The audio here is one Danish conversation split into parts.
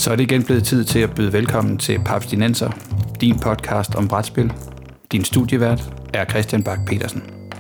Så er det igen blevet tid til at byde velkommen til Papstinenser, din podcast om brætspil. Din studievært er Christian Bak Petersen.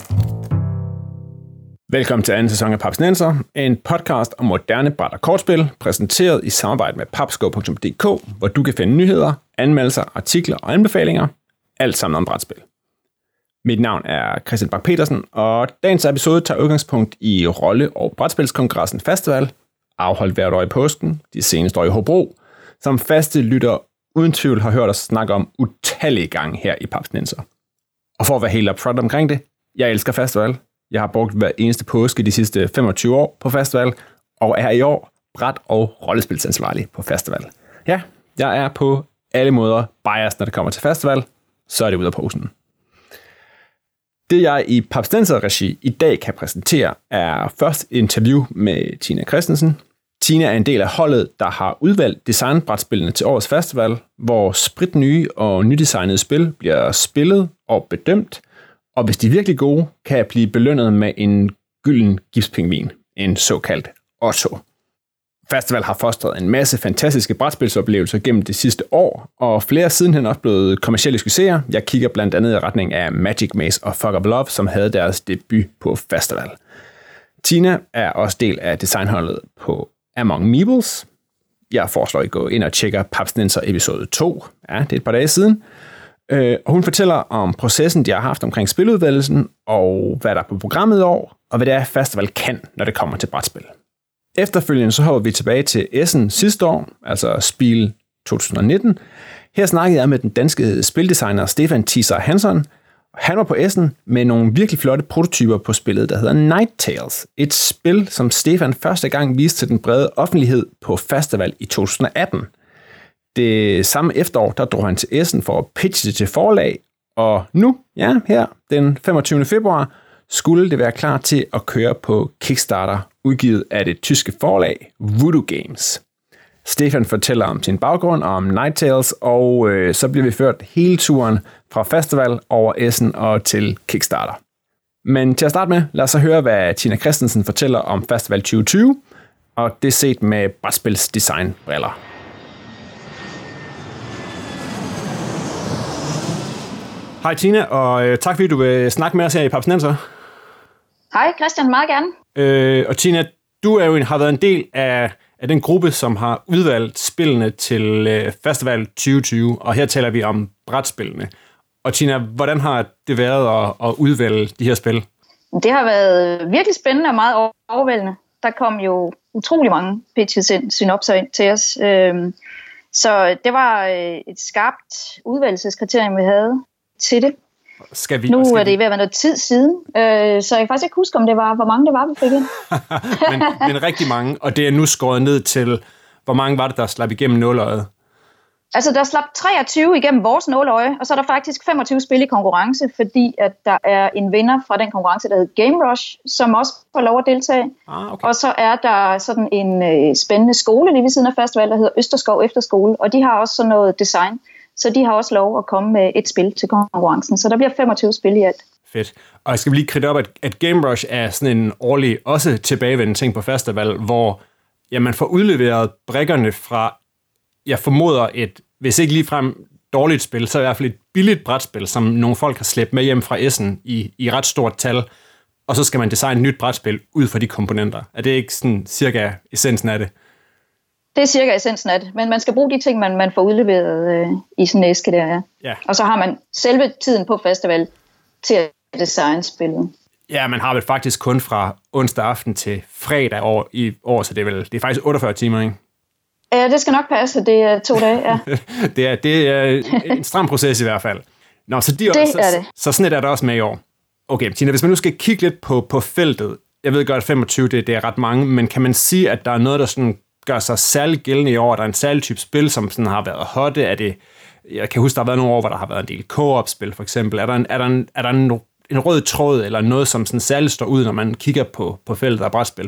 Velkommen til anden sæson af Papstinenser, en podcast om moderne bræt- og kortspil, præsenteret i samarbejde med papsko.dk, hvor du kan finde nyheder, anmeldelser, artikler og anbefalinger, alt sammen om brætspil. Mit navn er Christian Bak Petersen, og dagens episode tager udgangspunkt i rolle- og brætspilskongressen Festival, afholdt hvert år i påsken, de seneste år i Hobro, som faste lytter uden tvivl har hørt os snakke om utallige gange her i Papstinenser. Og for at være helt upfront omkring det, jeg elsker Festival. Jeg har brugt hver eneste påske de sidste 25 år på Festival, og er i år bræt- og rollespilsansvarlig på Festival. Ja, jeg er på alle måder biased, når det kommer til Festival, så er det ud af posen. Det jeg i Papstinenser-regi i dag kan præsentere, er først et interview med Tina Christensen. Tina er en del af holdet, der har udvalgt designbrætspillene til årets festival, hvor spritnye og nydesignede spil bliver spillet og bedømt, og hvis de er virkelig gode, kan jeg blive belønnet med en gylden gipspingvin, en såkaldt Otto. Festival har fostret en masse fantastiske brætspilsoplevelser gennem det sidste år, og flere sidenhen også blevet kommercielle succeser. Jeg kigger blandt andet i retning af Magic Maze og Fog of Love, som havde deres debut på Festival. Tina er også del af designholdet på Among Meebles. Jeg foreslår, at I går ind og tjekker Papstinenser episode 2. Ja, det er et par dage siden. Og hun fortæller om processen, de har haft omkring spiludvalgelsen, og hvad der er på programmet i år, og hvad det er, Festival kan, når det kommer til brætspil. Efterfølgende så hopper vi tilbage til Essen sidste år, altså Spiel 2019. Her snakkede jeg med den danske spildesigner Stefan Thieser Hansson. Han var på Essen med nogle virkelig flotte prototyper på spillet, der hedder Night Tales. Et spil, som Stefan første gang viste til den brede offentlighed på Festival i 2018. Det samme efterår, der drog han til Essen for at pitche det til forlag, og nu, ja, her, den 25. februar, skulle det være klar til at køre på Kickstarter, udgivet af det tyske forlag Voodoo Games. Stefan fortæller om sin baggrund og om Night Tales, og så bliver vi ført hele turen fra Festival over Essen og til Kickstarter. Men til at starte med, lad os så høre, hvad Tina Christensen fortæller om Festival 2020, og det set med brætspilsdesignbriller. Hej Tina, og tak fordi du vil snakke med os her i Papstinenser. Hej Christian, meget gerne. Og Tina, du har været en del af den gruppe, som har udvalgt spillene til Festival 2020, og her taler vi om brætspillene. Og Tina, hvordan har det været at udvælge de her spil? Det har været virkelig spændende og meget overvældende. Der kom jo utrolig mange pitches ind, synopser ind til os. Så det var et skarpt udvælgelseskriterium, vi havde til det. Nu er det ved at være noget tid siden, så jeg kan faktisk ikke huske, om det var, hvor mange det var, vi fik ind. men rigtig mange, og det er nu skåret ned til, hvor mange var det, der slap igennem nåløjet? Altså, der slap 23 igennem vores nåløje, og så er der faktisk 25 spil i konkurrence, fordi at der er en vinder fra den konkurrence, der hedder Game Rush, som også får lov at deltage. Okay. Og så er der sådan en spændende skole lige ved siden af festival, der hedder Østerskov Efterskole, og de har også sådan noget design. Så de har også lov at komme med et spil til konkurrencen. Så der bliver 25 spil i alt. Fedt. Og jeg skal lige kridte op, at Game Rush er sådan en årlig, også tilbagevendende ting på festival, hvor man får udleveret brikkerne fra, jeg formoder hvis ikke ligefrem dårligt spil, så i hvert fald et billigt brætspil, som nogle folk har slæbt med hjem fra Essen i ret stort tal. Og så skal man designe et nyt brætspil ud fra de komponenter. Er det ikke sådan cirka essensen af det? Det er cirka essensen af det, men man skal bruge de ting, man får udleveret i sådan en æske der, ja. Og så har man selve tiden på festival til at designe spillet. Ja, man har vel faktisk kun fra onsdag aften til fredag i år, så det er faktisk 48 timer, ikke? Ja, det skal nok passe, det er 2 dage, ja. det er en stram proces i hvert fald. Nå, så så sådan er der også med i år. Okay, Tina, hvis man nu skal kigge lidt på feltet, jeg ved godt, at 25 det er ret mange, men kan man sige, at der er noget, der sådan gør sig særligt gældende i år? Der er en særlig type spil, som sådan har været hotte. Jeg kan huske, der har været nogle år, hvor der har været en del co-op-spil, for eksempel. Er der en rød tråd, eller noget, som sådan særligt står ud, når man kigger på feltet af brætspil?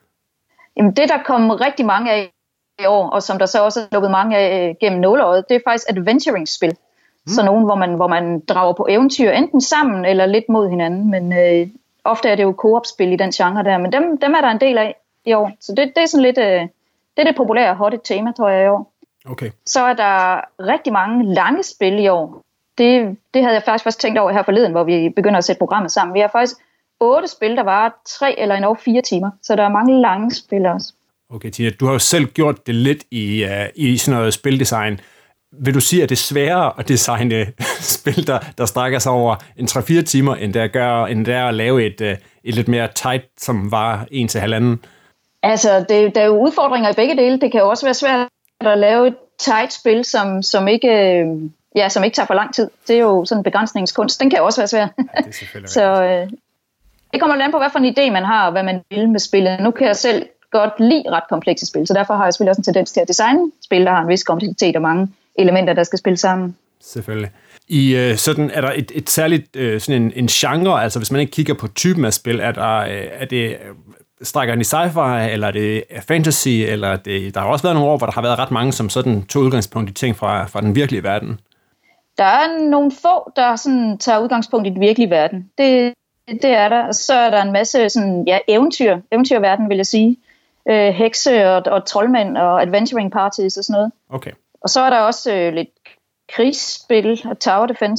Jamen, det der kom rigtig mange af i år, og som der så også er lukket mange af gennem nåleøjet, det er faktisk adventuring-spil. Så nogen, hvor man drager på eventyr, enten sammen eller lidt mod hinanden, men ofte er det jo co-op-spil i den genre der, men dem er der en del af i år. Så det er sådan lidt, det er det populære hotte tema, tror jeg, i år. Okay. Så er der rigtig mange lange spil i år. Det havde jeg faktisk først tænkt over her forleden, hvor vi begynder at sætte programmet sammen. Vi har faktisk 8 spil, der varer 3 eller endnu 4 timer. Så der er mange lange spil også. Okay, Tina, du har jo selv gjort det lidt i sådan noget spildesign. Vil du sige, at det er sværere at designe spil, der strækker sig over en 3-4 timer, end det er at lave et lidt mere tight, som varer 1 til 1,5? Altså, der er jo udfordringer i begge dele. Det kan jo også være svært at lave et tight spil, som ikke tager for lang tid. Det er jo sådan en begrænsningskunst. Den kan jo også være svær. Ja, det er selvfølgelig så det kommer an på, hvad for en idé man har, og hvad man vil med spillet. Nu kan jeg selv godt lide ret komplekse spil, så derfor har jeg selvfølgelig også en tendens til at designe spil, der har en vis kompleksitet og mange elementer, der skal spille sammen. Selvfølgelig. Sådan er der et særligt sådan en genre, altså hvis man ikke kigger på typen af spil, er det strækker den i sci-fi, eller er det fantasy, eller der har også været nogle år, hvor der har været ret mange, som sådan tog udgangspunkt i ting fra den virkelige verden. Der er nogle få, der sådan tager udgangspunkt i den virkelige verden. Det er der. Og så er der en masse sådan, eventyrverden, vil jeg sige. Hekse og troldmænd og adventuring parties og sådan noget. Okay. Og så er der også lidt krigsspil og tower defense.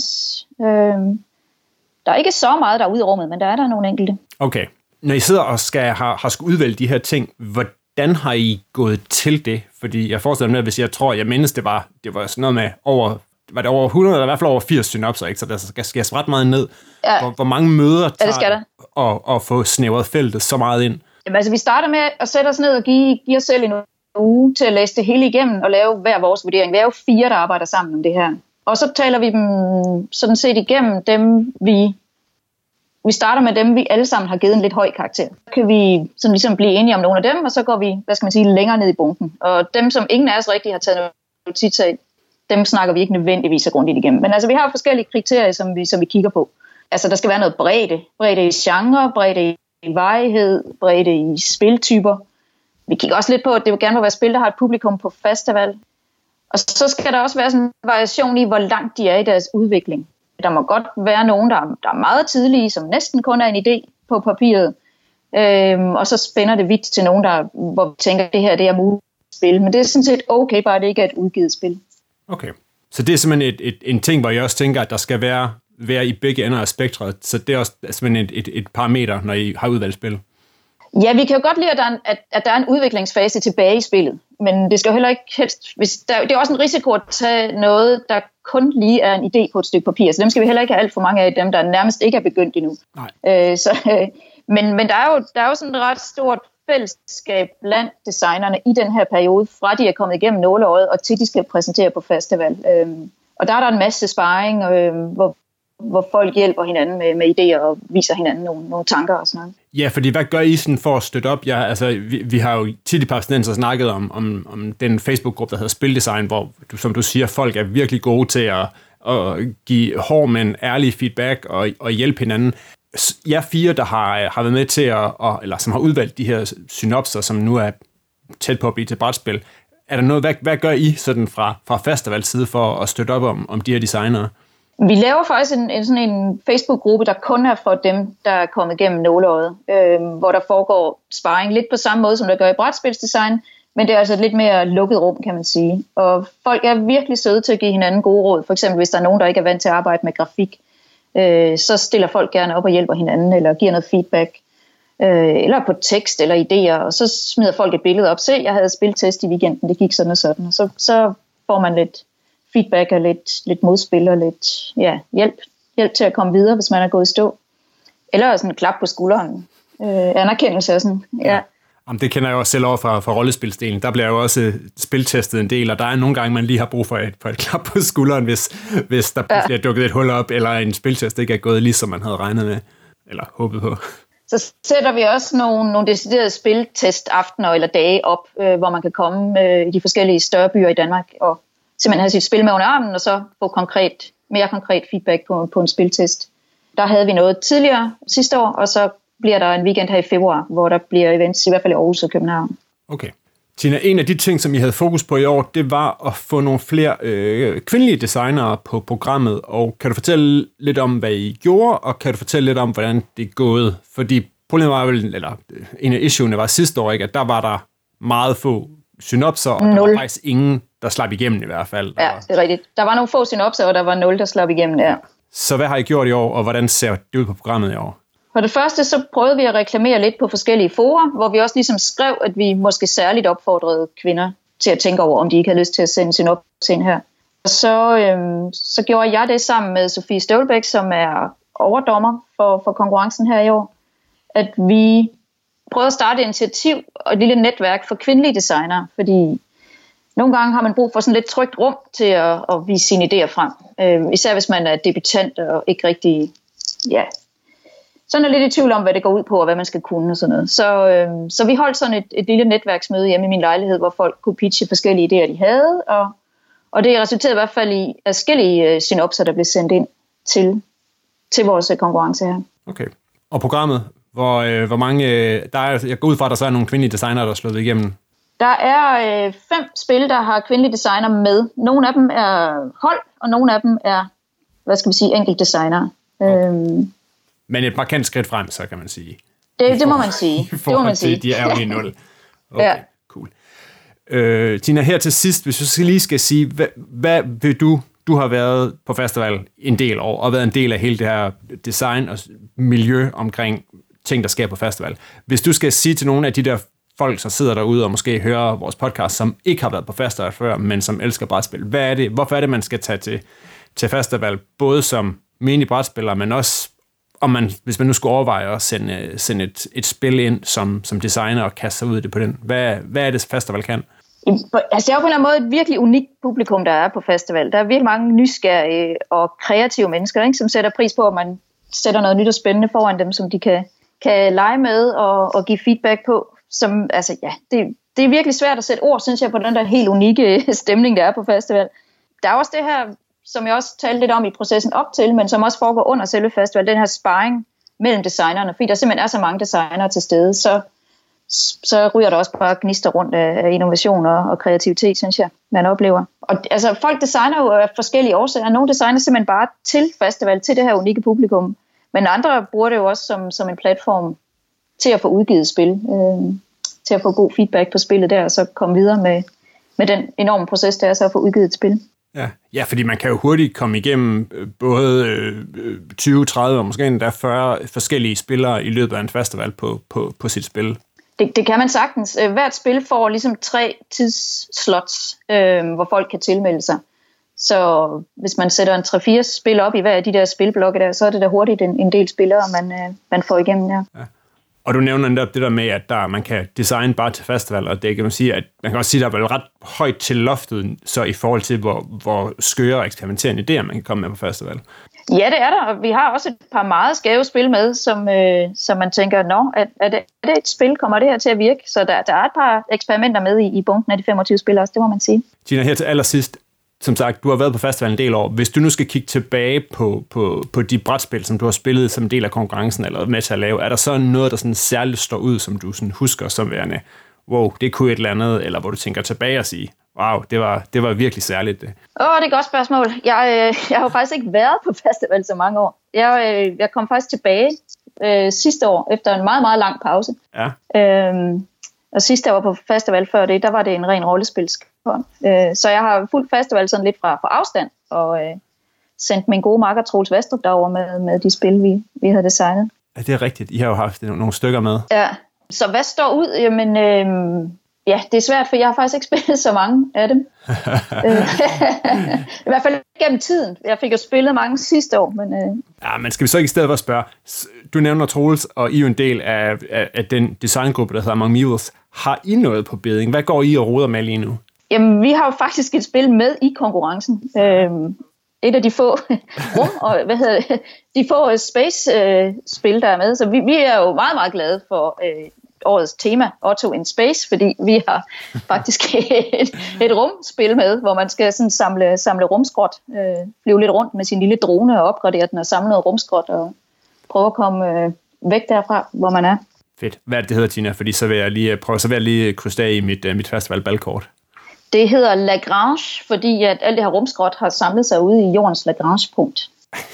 Der er ikke så meget, der er ude i rummet, men der er der nogle enkelte. Okay. Når I sidder og har skulle udvælge de her ting, hvordan har I gået til det? Fordi jeg forestiller mig, hvis jeg mindes, det var sådan noget med var det over 100, eller i hvert fald over 80 synopser, ikke? Så der skal skæres ret meget ned. Ja. Hvor mange møder tager at få snævret feltet så meget ind? Jamen, altså, vi starter med at sætte os ned og give os selv en uge til at læse det hele igennem og lave hver vores vurdering. Vi er jo 4, der arbejder sammen om det her. Og så taler vi dem sådan set igennem dem, vi starter med dem, vi alle sammen har givet en lidt høj karakter. Så kan vi sådan ligesom blive enige om nogle af dem, og så går vi, længere ned i bunken. Og dem, som ingen af os rigtig har taget notits af, dem snakker vi ikke nødvendigvis så grundigt igennem. Men altså, vi har forskellige kriterier, som vi kigger på. Altså, der skal være noget bredde i genre, bredde i varighed, bredde i spiltyper. Vi kigger også lidt på, at det vil gerne må være spil, der har et publikum på festival. Og så skal der også være sådan en variation i, hvor langt de er i deres udvikling. Der må godt være nogen, der er meget tidlige, som næsten kun er en idé på papiret. Og så spænder det vidt til nogen, hvor vi tænker, at det her det er muligt at spille. Men det er sådan set okay, bare det ikke er et udgivet spil. Okay. Så det er simpelthen en ting, hvor jeg også tænker, at der skal være i begge ender af spektret. Så det er også simpelthen et parameter, når I har udvalgt spil. Ja, vi kan jo godt lide, at der er en udviklingsfase tilbage i spillet. Men det skal jo heller ikke helst... det er også en risiko at tage noget, der kun lige er en idé på et stykke papir. Så dem skal vi heller ikke have alt for mange af dem, der nærmest ikke er begyndt endnu. Men der er jo sådan et ret stort fællesskab blandt designerne i den her periode, fra de er kommet igennem nåleøjet, og til de skal præsentere på festival. Og der er der en masse sparring, hvor folk hjælper hinanden med idéer og viser hinanden nogle tanker og sådan noget. Ja, fordi hvad gør I sådan for at støtte op? Ja, altså, vi har jo tit i Papstinenser snakket om den Facebook-gruppe, der hedder Spildesign, hvor, som du siger, folk er virkelig gode til at give hård, men ærlig feedback og hjælpe hinanden. Jeg 4, der har været med til eller som har udvalgt de her synopser, som nu er tæt på at blive til brætspil. Er der noget, hvad gør I sådan fra festivals side for at støtte op om de her designere? Vi laver faktisk sådan en Facebook-gruppe, der kun er for dem, der er kommet igennem nåleøjet, hvor der foregår sparring lidt på samme måde, som der gør i brætspilsdesign, men det er altså et lidt mere lukket rum, kan man sige. Og folk er virkelig søde til at give hinanden gode råd. For eksempel, hvis der er nogen, der ikke er vant til at arbejde med grafik, så stiller folk gerne op og hjælper hinanden, eller giver noget feedback, eller på tekst eller idéer, og så smider folk et billede op. Se, jeg havde spiltest i weekenden, det gik sådan og sådan, og så får man lidt feedback og lidt modspil og lidt hjælp til at komme videre, hvis man er gået i stå. Eller sådan en klap på skulderen. Anerkendelse og sådan, ja. Jamen, det kender jeg også selv over fra rollespilsdelen. Der bliver jo også spiltestet en del, og der er nogle gange, man lige har brug for et klap på skulderen, hvis der pludselig er dukket et hul op, eller en spiltest ikke er gået lige, som man havde regnet med, eller håbet på. Så sætter vi også nogle deciderede spiltestaftener eller dage op, hvor man kan komme i de forskellige større byer i Danmark, og simpelthen have sit spil med under armen, og så få mere konkret feedback på en spiltest. Der havde vi noget tidligere sidste år, og så bliver der en weekend her i februar, hvor der bliver events, i hvert fald i Aarhus og København. Okay. Tina, en af de ting, som I havde fokus på i år, det var at få nogle flere kvindelige designere på programmet, og kan du fortælle lidt om, hvad I gjorde, og kan du fortælle lidt om, hvordan det er gået? Fordi problemet var vel, eller en af issuerne var sidste år, ikke, at der var der meget få synopser, og der var faktisk ingen, der slap igennem i hvert fald. Ja, det er rigtigt. Der var nogle få synopser, og der var 0, der slap igennem, ja. Så hvad har I gjort i år, og hvordan ser det ud på programmet i år? For det første, så prøvede vi at reklamere lidt på forskellige forer, hvor vi også ligesom skrev, at vi måske særligt opfordrede kvinder til at tænke over, om de ikke havde lyst til at sende synopsis ind her. Og så gjorde jeg det sammen med Sofie Støvlbæk, som er overdommer for konkurrencen her i år, at vi prøvede at starte et initiativ og et lille netværk for kvindelige designere, fordi nogle gange har man brug for sådan lidt trygt rum til at vise sine idéer frem. Især hvis man er debutant og ikke rigtig, sådan er lidt i tvivl om, hvad det går ud på og hvad man skal kunne og sådan noget. Så vi holdt sådan et lille netværksmøde hjemme i min lejlighed, hvor folk kunne pitche forskellige idéer, de havde, og det resulterede i hvert fald i forskellige synopser, der blev sendt ind til vores konkurrence her. Okay. Og programmet, hvor mange, jeg går ud fra, at der så er nogle kvindelige designere, der er slået igennem. Der er 5 spil, der har kvindelige designer med. Nogle af dem er hold, og nogle af dem er, enkelt designer. Okay. Men et markant skridt frem, så kan man sige. Det må man sige. I forhold til, de er jo lige 0. Okay, ja. Cool. Tina, her til sidst, hvis vi lige skal sige, hvad vil du har været på festival en del år, og været en del af hele det her design og miljø omkring ting, der sker på festival. Hvis du skal sige til nogle af de der folk, som sidder derude og måske hører vores podcast, som ikke har været på festival før, men som elsker brætspil, hvorfor er det, man skal tage til festival, både som menig brætspiller, men også hvis man nu skulle overveje at sende et spil ind som designer og kaste sig ud i det på den. Hvad er det, festival kan? Altså, det er jo på en eller anden måde et virkelig unikt publikum, der er på festival. Der er virkelig mange nysgerrige og kreative mennesker, ikke, som sætter pris på, at man sætter noget nyt og spændende foran dem, som de kan lege med og give feedback på. Det er virkelig svært at sætte ord, synes jeg, på den der helt unikke stemning, der er på festival. Der er også det her, som jeg også talte lidt om i processen op til, men som også foregår under selve festival, den her sparring mellem designerne, fordi der simpelthen er så mange designere til stede, så ryger der også bare gnister rundt af innovation og kreativitet, synes jeg, man oplever. Og altså, folk designer jo af forskellige årsager. Nogle designer simpelthen bare til festival, til det her unikke publikum, men andre bruger det jo også som en platform til at få udgivet spil, til at få god feedback på spillet der, og så komme videre med den enorme proces, der er så at få udgivet et spil. Ja, fordi man kan jo hurtigt komme igennem både 20, 30 og måske endda 40 forskellige spillere i løbet af en festival på sit spil. Det kan man sagtens. Hvert spil får ligesom 3 tidsslots, hvor folk kan tilmelde sig. Så hvis man sætter en 3-4 spil op i hver af de der spilblokke der, så er det da hurtigt en del spillere, man får igennem der. Ja. Og du nævner netop det der med, at man kan designe bare til festival, og det kan man sige, at man kan også sige, at der er vel ret højt til loftet, så i forhold til, hvor skøre og eksperimenterende idéer, man kan komme med på festival. Ja, det er der, og vi har også et par meget skæve spil med, som man tænker, er det et spil, kommer det her til at virke? Så der er et par eksperimenter med i bunken af de 25 spil også, det må man sige. Tina, her til allersidst, som sagt, du har været på festivalen en del år. Hvis du nu skal kigge tilbage på de brætspil, som du har spillet som del af konkurrencen, eller med til at lave, er der så noget, der sådan særligt står ud, som du sådan husker som værende, wow, det kunne et eller andet, eller hvor du tænker tilbage og sige, wow, det var virkelig særligt det? Det er et godt spørgsmål. Jeg har jo faktisk ikke været på festival så mange år. Jeg kom faktisk tilbage sidste år, efter en meget, meget lang pause. Ja. Og sidste år på festival før det, der var det en ren rollespilsk. Så jeg har fulgt festival sådan lidt fra afstand, og sendt min gode makker Troels Vastrup derover med de spil, vi havde designet. Ja, det er rigtigt. I har jo haft nogle stykker med. Ja, så hvad står ud? Jamen, det er svært, for jeg har faktisk ikke spillet så mange af dem. I hvert fald gennem tiden. Jeg fik jo spillet mange sidste år. Men skal vi så ikke i stedet for at spørge? Du nævner Troels, og I er jo en del af den designgruppe, der hedder Among Evils. Har I noget på beding? Hvad går I og roder med lige nu? Jamen, vi har jo faktisk et spil med i konkurrencen. Et af de få de få space-spil, der er med. Så vi er jo meget, meget glade for årets tema, Otto in Space, fordi vi har faktisk et rumspil med, hvor man skal sådan samle rumskrot, flyve lidt rundt med sin lille drone og opgradere den og samle noget rumskrot og prøve at komme væk derfra, hvor man er. Fedt. Hvad er det hedder, Tina? Fordi så vil jeg lige krydse af i mit festivalbalkort. Det hedder Lagrange, fordi at alt det her rumskrot har samlet sig ude i jordens Lagrange-punkt.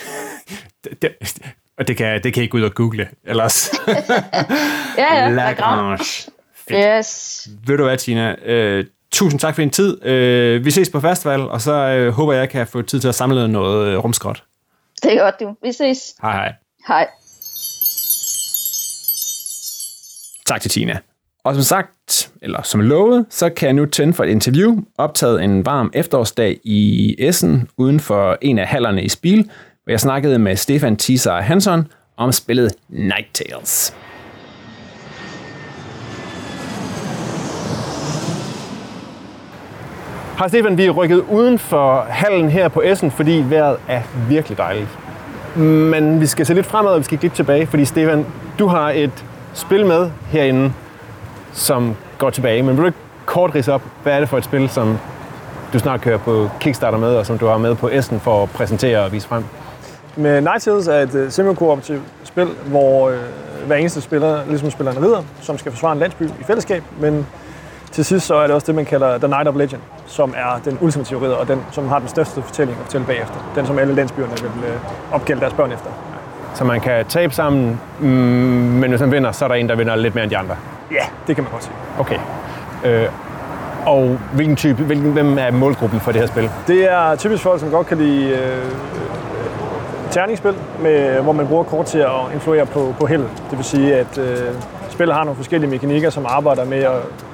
Og det kan I gå ud og google, ellers. ja, Lagrange. Yes. Ved du hvad, Tina? Tusind tak for din tid. Vi ses på festival, og så håber jeg kan få tid til at samle noget rumskrot. Det er godt, du. Vi ses. Hej. Hej. Tak til Tina. Og som sagt, eller som lovet, så kan jeg nu tænde for et interview, optaget en varm efterårsdag i Essen, uden for en af hallerne i Spiel, hvor jeg snakkede med Stefan Tisar Hansson om spillet Night Tales. Hej Stefan, vi er rykket uden for hallen her på Essen, fordi vejret er virkelig dejligt. Men vi skal se lidt fremad, og vi skal kigge lidt tilbage, fordi Stefan, du har et spil med herinde, som går tilbage. Men vil du ikke kort ridse op, hvad er det for et spil, som du snart kører på Kickstarter med, og som du har med på Essen for at præsentere og vise frem? Med Night Tales er et semi-kooperativt spil, hvor hver eneste spiller ligesom spiller en ridder, som skal forsvare en landsby i fællesskab, men til sidst så er det også det, man kalder The Night of Legend, som er den ultimative ridder, og den, som har den største fortælling at fortælle bagefter. Den, som alle landsbyerne vil opkalde deres børn efter. Så man kan tabe sammen, men hvis man vinder, så er der en, der vinder lidt mere end de andre? Ja, det kan man godt sige. Okay. Og hvem er målgruppen for det her spil? Det er typisk folk, som godt kan lide terningsspil, hvor man bruger kort til at influere på held. Det vil sige, at spillet har nogle forskellige mekanikker, som arbejder med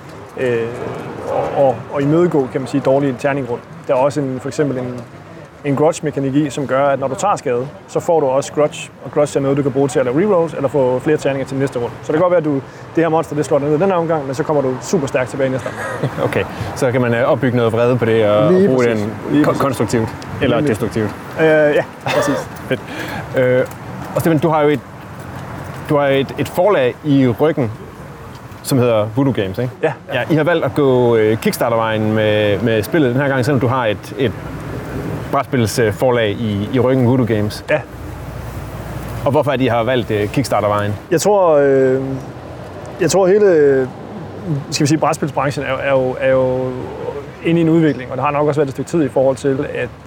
at imødegå, kan man sige, dårlige terningrund. Der er også for eksempel en grudge-mekanik i, som gør, at når du tager skade, så får du også grudge, og grudge er noget, du kan bruge til at lave rerolls, eller få flere terninger til næste runde. Så det kan godt være, at det her monster, det slår dig ned i den her omgang, men så kommer du super stærkt tilbage næste gang. Okay, så kan man opbygge noget vrede på det, og bruge den konstruktivt, eller destruktivt? Ja, præcis. Fedt. Og Stefan, du har et forlag i ryggen, som hedder Voodoo Games, ikke? Ja. I har valgt at gå Kickstarter-vejen med spillet den her gang, selvom du har et brætspilsforlag i ryggen, Voodoo Games. Ja. Og hvorfor er de har valgt Kickstarter-vejen? Jeg tror hele, skal vi sige, brætspilsbranchen er jo inde i en udvikling, og der har nok også været et stykke tid i forhold til,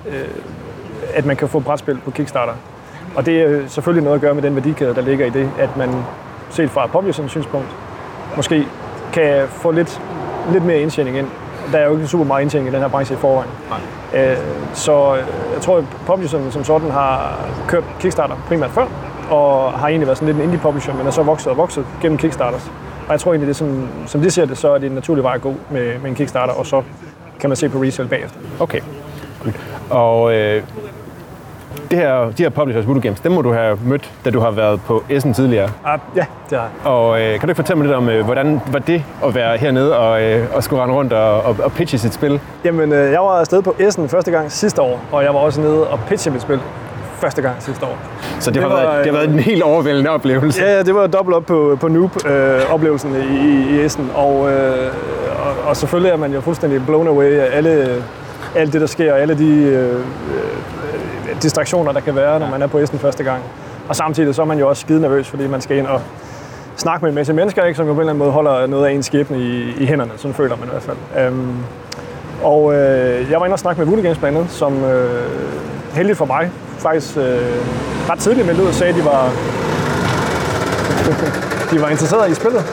at man kan få brætspil på Kickstarter. Og det er selvfølgelig noget at gøre med den værdikæde, der ligger i det, at man set fra publishers synspunkt måske kan få lidt mere indtjening ind. Der er jo ikke super meget indtjening i den her branche i forvejen. Så jeg tror, at publisheren som sådan har kørt Kickstarter primært før, og har egentlig været sådan lidt en indie-publisher, men er så vokset gennem Kickstarters. Og jeg tror egentlig, det som de ser det, så er det en naturlig vej at gå med en Kickstarter, og så kan man se på resale bagefter. Okay. Og de her publishers, Voodoo Games, dem må du have mødt, da du har været på Essen tidligere. Ja, det har jeg. Og kan du ikke fortælle mig lidt om, hvordan var det at være hernede og skulle rende rundt og pitche sit spil? Jamen, jeg var afsted på Essen første gang sidste år, og jeg var også nede og pitche mit spil første gang sidste år. Så det har været en helt overvældende oplevelse? Ja, det var dobbelt op på Noob-oplevelsen i Essen, og selvfølgelig er man jo fuldstændig blown away af alt det, der sker, og alle de distraktioner, der kan være, når man er på Essen første gang. Og samtidig så er man jo også skide nervøs, fordi man skal ind og snakke med en masse mennesker, ikke, som jo på en eller anden måde holder noget af ens skæbne i hænderne. Sådan føler man i hvert fald. Jeg var inde og snakke med Voodoo Games blandt andet, som heldigt for mig faktisk ret tidligt meldte ud og sagde, at de var interesserede i spillet.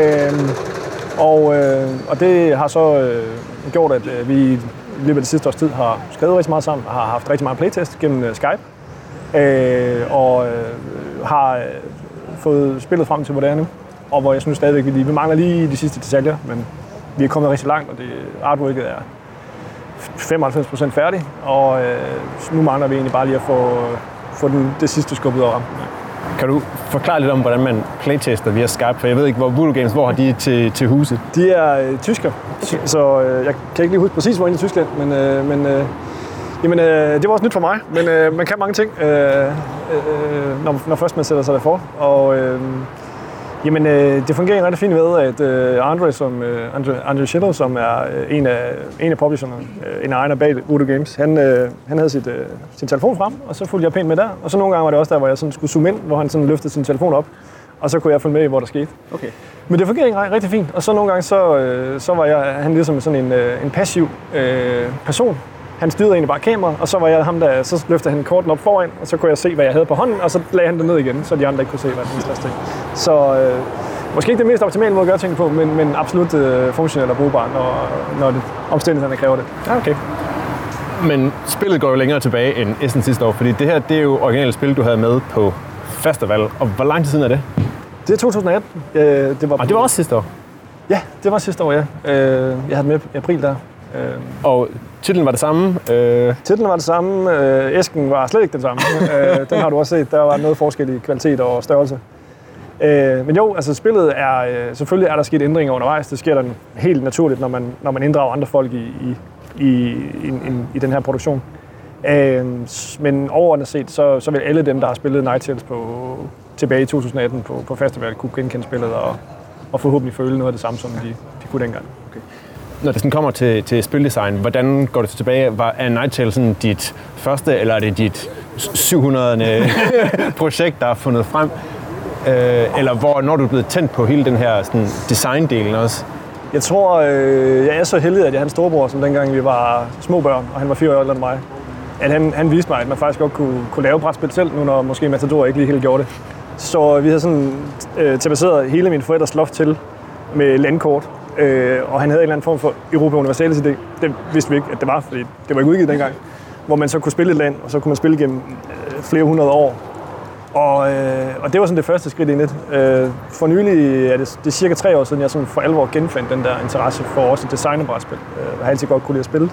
Og det har så gjort, at vi i løbet af det sidste års tid har skrevet rigtig meget sammen, har haft rigtig meget playtest gennem Skype, og har fået spillet frem til, hvor det er nu. Og hvor jeg synes stadigvæk, vi mangler lige de sidste detaljer, men vi er kommet rigtig langt, og artworket er 95% færdig, og nu mangler vi egentlig bare lige at få det sidste skubbet over. Kan du forklare lidt om, hvordan man playtester via Skype? For jeg ved ikke, hvor har de til huset? De er tysker, så jeg kan ikke lige huske præcis, hvor inde i Tyskland, men det var også nyt for mig. Men man kan mange ting, når først man sætter sig derfor. Og det fungerer rigtig fint ved, at Andre Schiller, som er en af publisherne, en ejer bag Voodoo Games, han havde sin telefon frem, og så fulgte jeg pænt med der. Og så nogle gange var det også der, hvor jeg sådan skulle zoome ind, hvor han sådan løftede sin telefon op, og så kunne jeg følge med i, hvor der skete. Okay. Men det fungerer rigtig fint, og så nogle gange så var han ligesom sådan en passiv person. Han styrede egentlig bare kameraet, og så var jeg ham, der så løftede han korten op foran, og så kunne jeg se, hvad jeg havde på hånden, og så lagde han det ned igen, så de andre ikke kunne se, hvad den største ting. Så Måske ikke det mest optimale måde at gøre tingene på, men absolut funktionelt og brugbart, når omstændighederne kræver det. Ja, okay. Men spillet går jo længere tilbage end Essen sidste år, fordi det her, det er jo originalt spil, du havde med på festival. Og hvor lang tid siden er det? Det er 2018. Det var også sidste år? Ja, det var sidste år, ja. Jeg havde med i april der. Og titlen var det samme? Titlen var det samme. Æsken var slet ikke den samme. Den har du også set. Der var noget forskel i kvalitet og størrelse. Men jo, altså spillet er... selvfølgelig er der sket ændringer undervejs. Det sker der helt naturligt, når man inddrager andre folk i den her produktion. Men overordnet set, så vil alle dem, der har spillet Night Tales tilbage i 2018 på festival, kunne genkende spillet og forhåbentlig føle noget af det samme, som de kunne dengang. Okay. Når det sådan kommer til spildesign, hvordan går det tilbage? Er Night Tales sådan dit første, eller er det dit 700. projekt, der er fundet frem? Eller når du er blevet tændt på hele den her sådan, design-delen også? Jeg tror, jeg er så heldig, at jeg havde en storebror, som dengang vi var små børn, og han var 4 år ældre end mig. At han viste mig, at man faktisk godt kunne lave brætspil selv, nu når måske Matador ikke lige helt gjorde det. Så vi havde sådan tilbasseret hele min forældres loft til med landkort. Og han havde en eller anden form for Europa Universalis idé. Det vidste vi ikke, at det var, fordi det var ikke udgivet dengang. Hvor man så kunne spille et land, og så kunne man spille gennem flere hundrede år. Og det var sådan det første skridt i net. For nylig er det er cirka 3 år siden, jeg sådan for alvor genfandt den der interesse for også at designe brætspil. Jeg har altid godt kunne lide at spille.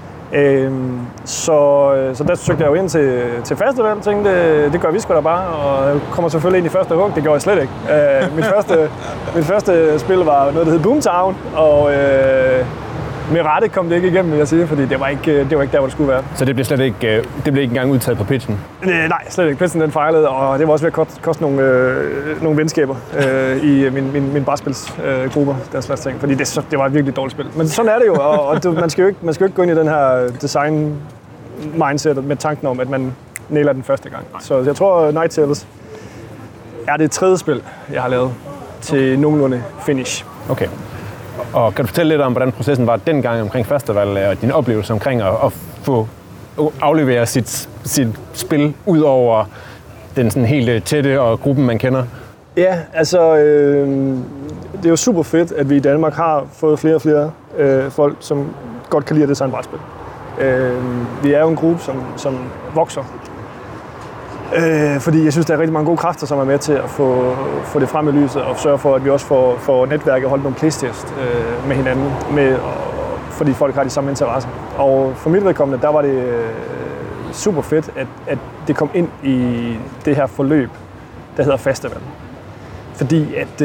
Så der søgte jeg jo ind til festival og tænkte, det gør vi sgu da bare, og jeg kommer selvfølgelig ind i første hug, det gjorde jeg slet ikke. Mit første spil var noget, der hed Boomtown, og med rette kom det ikke igennem, vil jeg sige, fordi det var ikke der, hvor det skulle være. Så det blev slet ikke, engang udtaget på pitchen? Nej, slet ikke. Pitchen den fejlede, og det var også ved at koste nogle venskaber i min brætspilsgrupper, den slags ting, fordi det var et virkelig dårligt spil. Men sådan er det jo, og man skal jo ikke gå ind i den her design-mindset med tanken om, at man nailer den første gang. Så jeg tror, Night Tales er det 3. spil, jeg har lavet til nogenlunde finish. Okay. Og kan du fortælle lidt om, hvordan processen var dengang omkring festival, og din oplevelse omkring at få aflevere sit spil ud over den sådan helt tætte og gruppen, man kender? Ja, altså det er jo super fedt, at vi i Danmark har fået flere og flere folk, som godt kan lide at designe brætspil. Vi er jo en gruppe, som vokser. Fordi jeg synes, der er rigtig mange gode kræfter, som er med til at få det frem i lyset og sørge for, at vi også får netværket og holdt nogle playstest med hinanden, fordi folk har de samme interesser. Og for mit vedkommende, der var det super fedt, at det kom ind i det her forløb, der hedder festival. Fordi at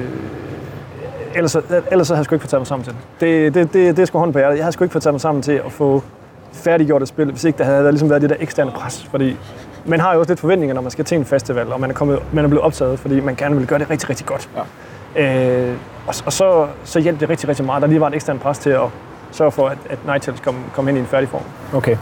ellers så havde jeg sgu ikke fået taget mig sammen til det. Det er sgu hånden på hjertet. Jeg havde sgu ikke fået taget mig sammen til at få færdiggjort et spil, hvis ikke der havde ligesom været det der eksterne pres. Fordi man har jo også lidt forventninger, når man skal til en festival, og man er blevet optaget, fordi man gerne vil gøre det rigtig, rigtig godt. Ja. Og så hjalp det rigtig, rigtig meget. Der lige var et eksternt pres til at sørge for, at Night Tales kom hen i en færdig form. Okay.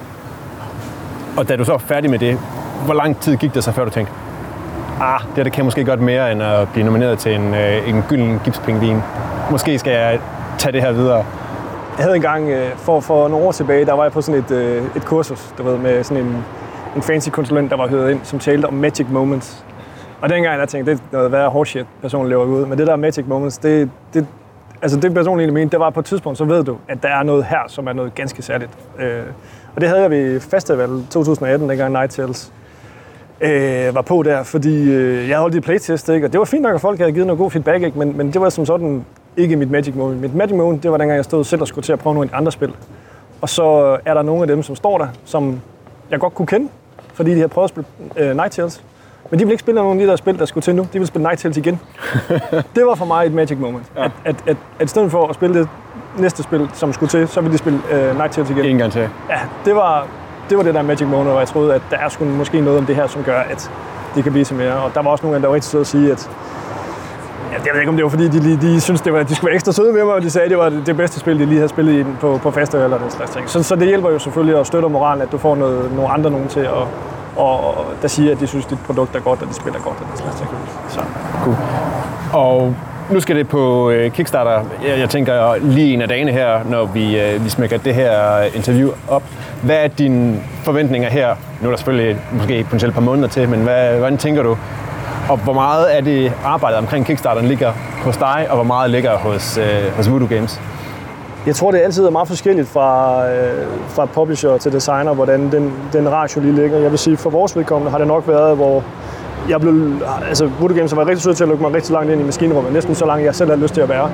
Og da du så var færdig med det, hvor lang tid gik det så, før du tænkte, det kan måske godt mere, end at blive nomineret til en gylden gipspingvin. Måske skal jeg tage det her videre. Jeg havde engang, for nogle år tilbage, der var jeg på sådan et kursus, du ved, med sådan en fancy konsulent, der var hørt ind, som talte om magic moments. Og dengang jeg tænkte, det er noget værre horseshit, personen lever ud. Men det der magic moments, det personen egentlig mente, det var på et tidspunkt, så ved du, at der er noget her, som er noget ganske særligt. Og det havde jeg ved festival 2018, dengang Night Tales var på der, fordi jeg havde holdt i playtest, ikke? Og det var fint nok, at folk havde givet noget god feedback, ikke? Men det var som sådan ikke mit magic moment. Mit magic moment, det var dengang, jeg stod selv og skulle til at prøve nogle andre spil. Og så er der nogle af dem, som står der, som jeg godt kunne kende, fordi de havde prøvet at spille Night Tales. Men de ville ikke spille nogle af de der spil, der skulle til nu. De ville spille Night Tales igen. Det var for mig et magic moment. Ja. At i stedet for at spille det næste spil, som skulle til, så ville de spille Night Tales igen. En gang til. Ja, det var det der magic moment, hvor jeg troede, at der er sgu måske noget om det her, som gør, at det kan blive til mere. Og der var også nogle af dem, der var rigtig søde at sige, at jeg ved ikke, om det var fordi, de syntes, de skulle være ekstra søde med mig, og de sagde, at det var det bedste spil, de lige havde spillet i på festival eller den slags ting. Så det hjælper jo selvfølgelig at støtte moralen, at du får nogle andre nogen til der siger, at de synes, at dit produkt er godt, og de spiller godt og den slags ting. Så. Cool. Og nu skal det på Kickstarter. Jeg tænker lige en af dagene her, når vi smækker det her interview op. Hvad er dine forventninger her? Nu er der selvfølgelig måske potentielt et par måneder til, men hvordan tænker du Og hvor meget af det arbejdet omkring Kickstarter ligger hos dig, og hvor meget ligger hos Voodoo Games? Jeg tror, det altid er meget forskelligt fra publisher til designer, hvordan den ratio lige ligger. Jeg vil sige, for vores vedkommende har det nok været, hvor jeg blev, altså Voodoo Games har været rigtig sød til at lukke mig rigtig langt ind i maskinrummet, næsten så langt jeg selv har lyst til at være.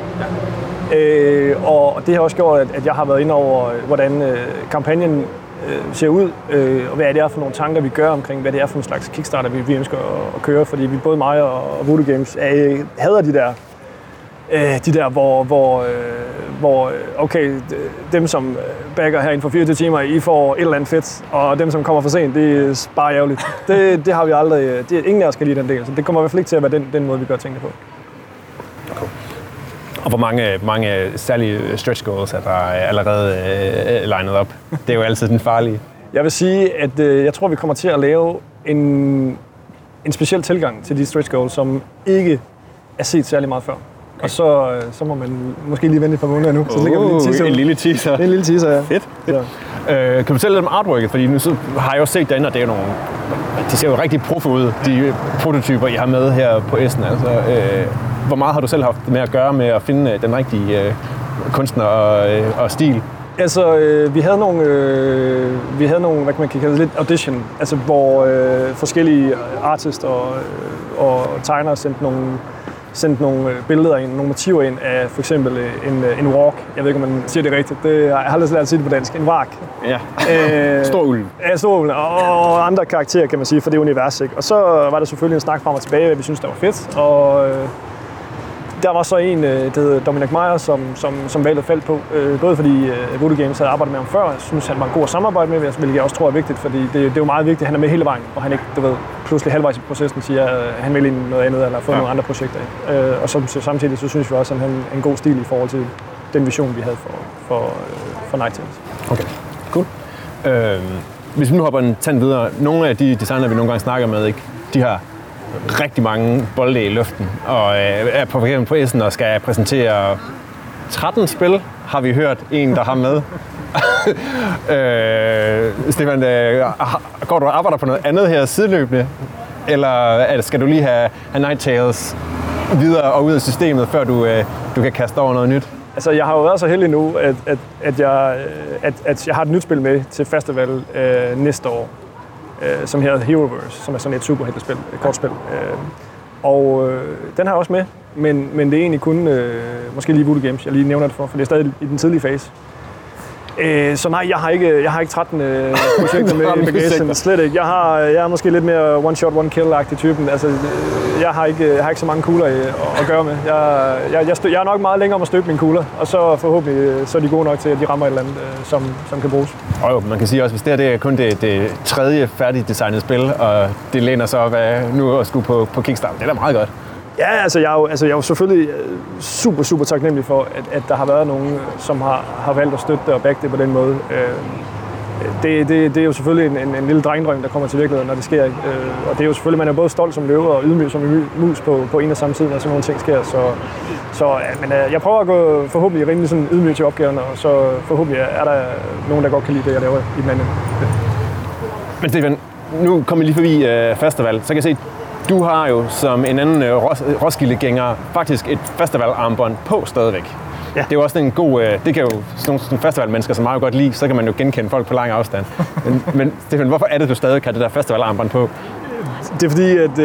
Og det har også gjort, at jeg har været inde over, hvordan kampagnen ser ud, og hvad det er for nogle tanker, vi gør omkring, hvad det er for en slags Kickstarter, vi ønsker at køre, fordi vi både mig og Voodoo Games hader de der, hvor okay, dem som backer her inden for 24 timer, I får et eller andet fedt, og dem som kommer for sent, det er bare ærgerligt. Det har vi aldrig, ingen af os kan lide den del, så det kommer i hvert fald ikke til at være den måde, vi gør tingene på. Okay. Og hvor mange særlige stretch goals er der allerede legnet op? Det er jo altid den farlige. Jeg vil sige, at jeg tror, vi kommer til at lave en speciel tilgang til de stretch goals, som ikke er set særlig meget før. Okay. Og så må man måske lige vente et par måneder nu. Så ligger vi en teaser. En lille teaser. En lille teaser, ja. Fedt. Kan du fortælle lidt om artworket? Fordi nu har jeg jo set derinde, og det er nogle... De ser jo rigtig proffe ud, de prototyper, I har med her på Essen. Altså, hvor meget har du selv haft med at gøre med at finde den rigtige kunstner og stil? Altså, vi havde nogle, hvad kan man kalde det, lidt audition, altså hvor forskellige artister og tegnere sendte nogle billeder ind, nogle motiver ind af for eksempel en walk. Jeg ved ikke, om man siger det rigtigt. Jeg har aldrig lært at sige det på dansk. En vark. Ja. Stor ulv. Ja, stor ulv. Og andre karakterer, kan man sige, for det univers. Ikke? Og så var der selvfølgelig en snak frem og tilbage, hvad vi synes, der var fedt. Og der var så en, der hed Dominic Meyer, som valgte faldt på. Både fordi Voodoo Games havde arbejdet med ham før, og jeg synes, han var en god at samarbejde med, hvilket jeg også tror er vigtigt, fordi det er jo meget vigtigt, at han er med hele vejen, og han ikke, pludselig halvvejs i processen siger, at han vil ind noget andet, eller få nogle andre projekter. Og samtidig så synes vi også, at han har en god stil i forhold til den vision, vi havde for Night Tales. Okay, cool. Hvis vi nu hopper en tand videre, nogle af de designer, vi nogle gange snakker med, ikke, de har rigtig mange bolde i luften, og er på Essen og skal præsentere 13 spil, har vi hørt en, der har med. Stefan, går du og arbejder på noget andet her sideløbende, eller skal du lige have Night Tales videre og ud af systemet, før du kan kaste over noget nyt? Altså, jeg har jo været så heldig nu, at jeg har et nyt spil med til festival næste år, som hedder Heroverse, som er sådan et superheltespil, et kortspil. Og den har jeg også med, men det er egentlig kun måske lige Voodoo Games, jeg lige nævner det for det er stadig i den tidlige fase. Så nej, jeg har ikke 13 projekter med i bagagen, slet ikke. Jeg er måske lidt mere one shot, one kill-agtig typen. Altså, jeg har ikke så mange kugler at gøre med. Jeg er nok meget længere om at støbe mine kugler, og så forhåbentlig så er de gode nok til, at de rammer et eller andet, som kan bruges. Og jo, man kan sige også, hvis det er kun det tredje færdigdesignede spil, og det læner så op af nu at skulle på Kickstarter, det er da meget godt. Ja, altså jeg er jo selvfølgelig super taknemmelig for, at der har været nogen, som har valgt at støtte det og backe det på den måde. Det er jo selvfølgelig en lille drengdrøm, der kommer til virkeligheden, når det sker. Og det er jo selvfølgelig, man er både stolt som løve og ydmyg som mus på en og samme tid, når sådan nogle ting sker. Men jeg prøver at gå forhåbentlig rimelig sådan ydmyg til opgaven, og så forhåbentlig er der nogen, der godt kan lide det, jeg laver i den anden. Men Stefan, nu kommer vi lige forbi festival, så kan jeg se, du har jo som en anden Roskilde-gænger faktisk et festivalarmbånd på stadigvæk. Ja. Det er jo også en god... Det kan jo sådan nogle festivalmennesker, som meget godt lide, så kan man jo genkende folk på lang afstand. Men Stefan, hvorfor er det, du stadig har det der festivalarmbånd på? Det er fordi, at...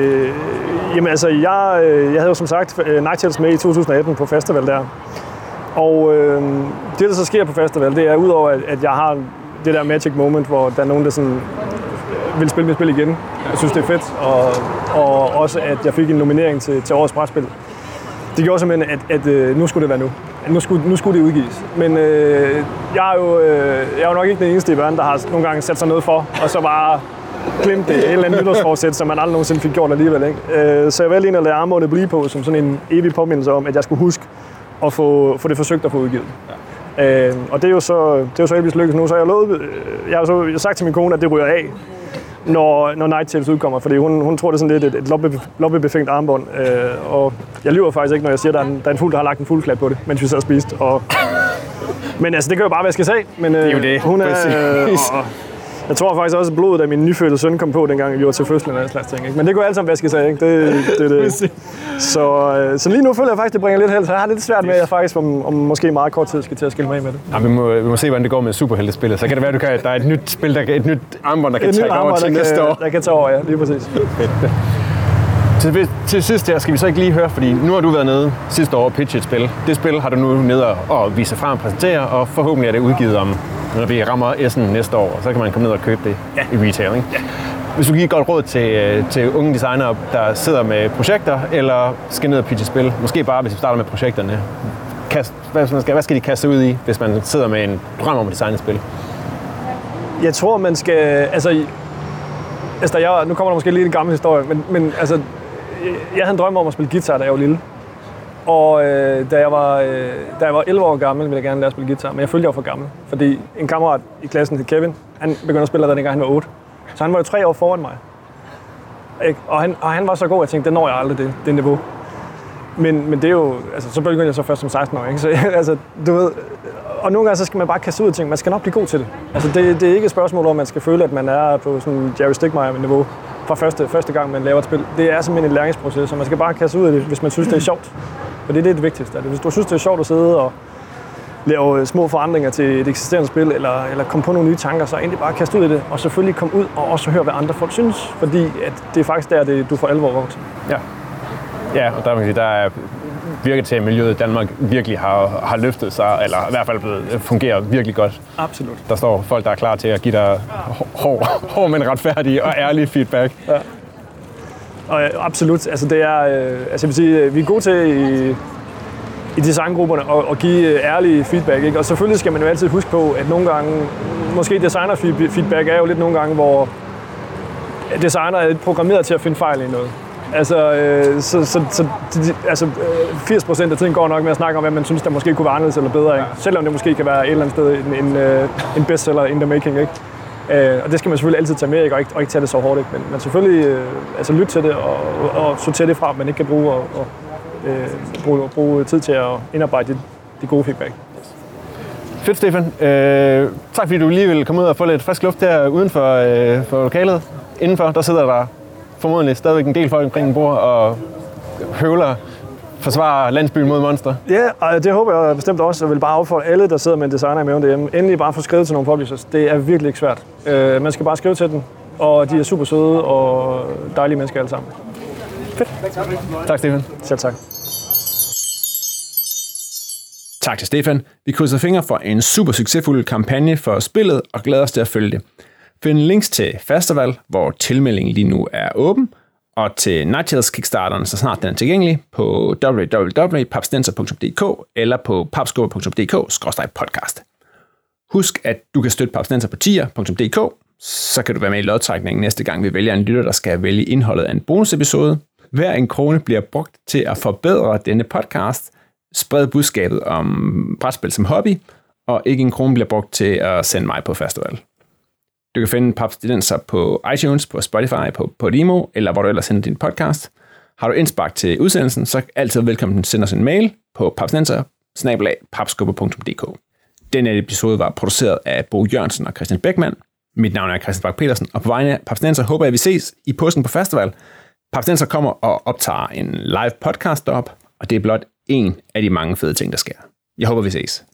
jeg havde jo som sagt Night Tales med i 2018 på festival der. Og det, der så sker på festival, det er udover, at jeg har det der magic moment, hvor der er nogen, der sådan vil spille mit spil igen. Jeg synes, det er fedt. Og også, at jeg fik en nominering til årets brætspil. Det gjorde simpelthen, at nu skulle det være nu. Nu skulle det udgives. Men jeg er jo nok ikke den eneste i verden, der har nogle gange sat sig noget for, og så bare glemt det. Et eller andet nytårsforsæt, som man aldrig nogensinde fik gjort alligevel. Ikke? Så jeg valgte at lade armbåndet blive på, som sådan en evig påmindelse om, at jeg skulle huske at få det forsøgt at få udgivet. Ja. Og det er jo så heldigvis lykkedes nu. Så jeg har sagt til min kone, at det ryger af, når Night Tales udkommer, fordi hun tror, det er sådan lidt et loppebefængt armbånd. Og jeg lyver faktisk ikke, når jeg siger, at der er en fugl, der har lagt en fugleklat på det, mens vi sad og spiste. Men altså, det kan jo bare vaskes af. Men det er jo det. Hun er, Jeg tror faktisk også, at blodet af min nyfødte søn kom på, dengang vi var til fødslen og den slags ting. Ikke? Men det kunne alt sammen vaske sig, ikke? Det. Så lige nu føler jeg faktisk, at det bringer lidt held. Så jeg har lidt svært med, at jeg faktisk om måske meget kort tid skal til at skille mig af med det. Ja, vi må se, hvordan det går med superheltespillet. Så kan det være, at der er et nyt spil, et nyt armbånd, der kan tage over til næste år. Der kan tage over, ja. Lige præcis. Til sidst her skal vi så ikke lige høre, fordi nu har du været nede sidste år og pitchet et spil. Det spil har du nu nede og vise frem og præsentere, og forhåbentlig er det udgivet om, når vi rammer S'en næste år, og så kan man komme ned og købe det i retail. Ikke? Ja. Hvis du giver et godt råd til unge designere, der sidder med projekter, eller skal ned og pitche spil, måske bare hvis vi starter med projekterne, hvad skal de kaste ud i, hvis man sidder med en drøm om at designe et spil? Jeg tror, man skal... nu kommer der måske lidt en gammel historie, men jeg havde en drøm om at spille guitar, da jeg var lille. Og da jeg var 11 år gammel, ville jeg gerne lære at spille guitar, men jeg følte, jeg var for gammel. Fordi en kammerat i klassen hed Kevin, han begyndte at spille allerede dengang han var 8. Så han var jo 3 år foran mig. Og han var så god, at jeg tænkte, det når jeg aldrig det niveau. Men det er jo, så begyndte jeg så først som 16-årig, ikke? Så du ved, og nogle gange så skal man bare kaste ud af ting. Man skal nok blive god til det. Det er ikke et spørgsmål om, man skal føle, at man er på sådan Jerry Stigmeyer-niveau fra første gang, man laver et spil. Det er simpelthen en læringsproces, så man skal bare kaste ud af det, hvis man synes, det er sjovt. For det er det vigtigste. Hvis du synes, det er sjovt at sidde og lave små forandringer til et eksisterende spil, eller komme på nogle nye tanker, så egentlig bare kaste ud af det, og selvfølgelig komme ud og også høre, hvad andre folk synes. Fordi at det er faktisk der, du får alvor voksen. Ja, og der virker til, at miljøet i Danmark virkelig har løftet sig, eller i hvert fald fungerer virkelig godt. Absolut. Der står folk, der er klar til at give dig hård men retfærdige og ærlige feedback. Ja. Og absolut. Det er, jeg vil sige, vi er gode til i designgrupperne at give ærlig feedback, ikke? Og selvfølgelig skal man jo altid huske på, at nogle gange, måske designer-feedback er jo lidt nogle gange, hvor designer er programmeret til at finde fejl i noget. 80% af tiden går nok med at snakke om, hvad man synes, der måske kunne være anderledes eller bedre, ikke? Selvom det måske kan være et eller andet sted en bestseller in the making, ikke? Og det skal man selvfølgelig altid tage med, ikke? Og ikke tage det så hårdt, ikke? Men selvfølgelig lytte til det og sortere det fra, man ikke kan bruge tid til at indarbejde de gode feedback. Fedt, Stefan. Tak fordi du lige ville komme ud og få lidt frisk luft her uden for lokalet. Indenfor, der sidder der formodentlig stadigvæk en del folk omkring en bord og høvler, forsvarer landsbyen mod monster. Ja, og det håber jeg bestemt også. Jeg vil bare opfordre alle, der sidder med en designer i maven derhjemme, endelig bare få skrevet til nogle publishers. Det er virkelig ikke svært. Man skal bare skrive til dem, og de er super søde og dejlige mennesker alle sammen. Fedt. Tak, Stefan. Selv tak. Tak til Stefan. Vi krydser fingre for en super succesfuld kampagne for spillet og glæder os til at følge det. Find links til Festival, hvor tilmeldingen lige nu er åben, og til Nightshades Kickstarteren, så snart den er tilgængelig, på www.papsnenser.dk eller på papskubber.dk/podcast. Husk, at du kan støtte Papsnenser på tier.dk, så kan du være med i lodtrækningen næste gang, vi vælger en lytter, der skal vælge indholdet af en bonusepisode. Hver en krone bliver brugt til at forbedre denne podcast, sprede budskabet om brætspil som hobby, og ikke en krone bliver brugt til at sende mig på festival. Du kan finde Papsnenser på iTunes, på Spotify, på Podimo, eller hvor du ellers sender din podcast. Har du indspark til udsendelsen, så er altid velkommen til at sende os en mail på papsnenser@papskubber.dk. Denne episode var produceret af Bo Jørgensen og Christian Beckmann. Mit navn er Christian Bak Petersen, og på vegne af Papsnenser håber jeg, vi ses i påsken på festival. Papsnenser kommer og optager en live podcast derop, og det er blot en af de mange fede ting, der sker. Jeg håber, vi ses.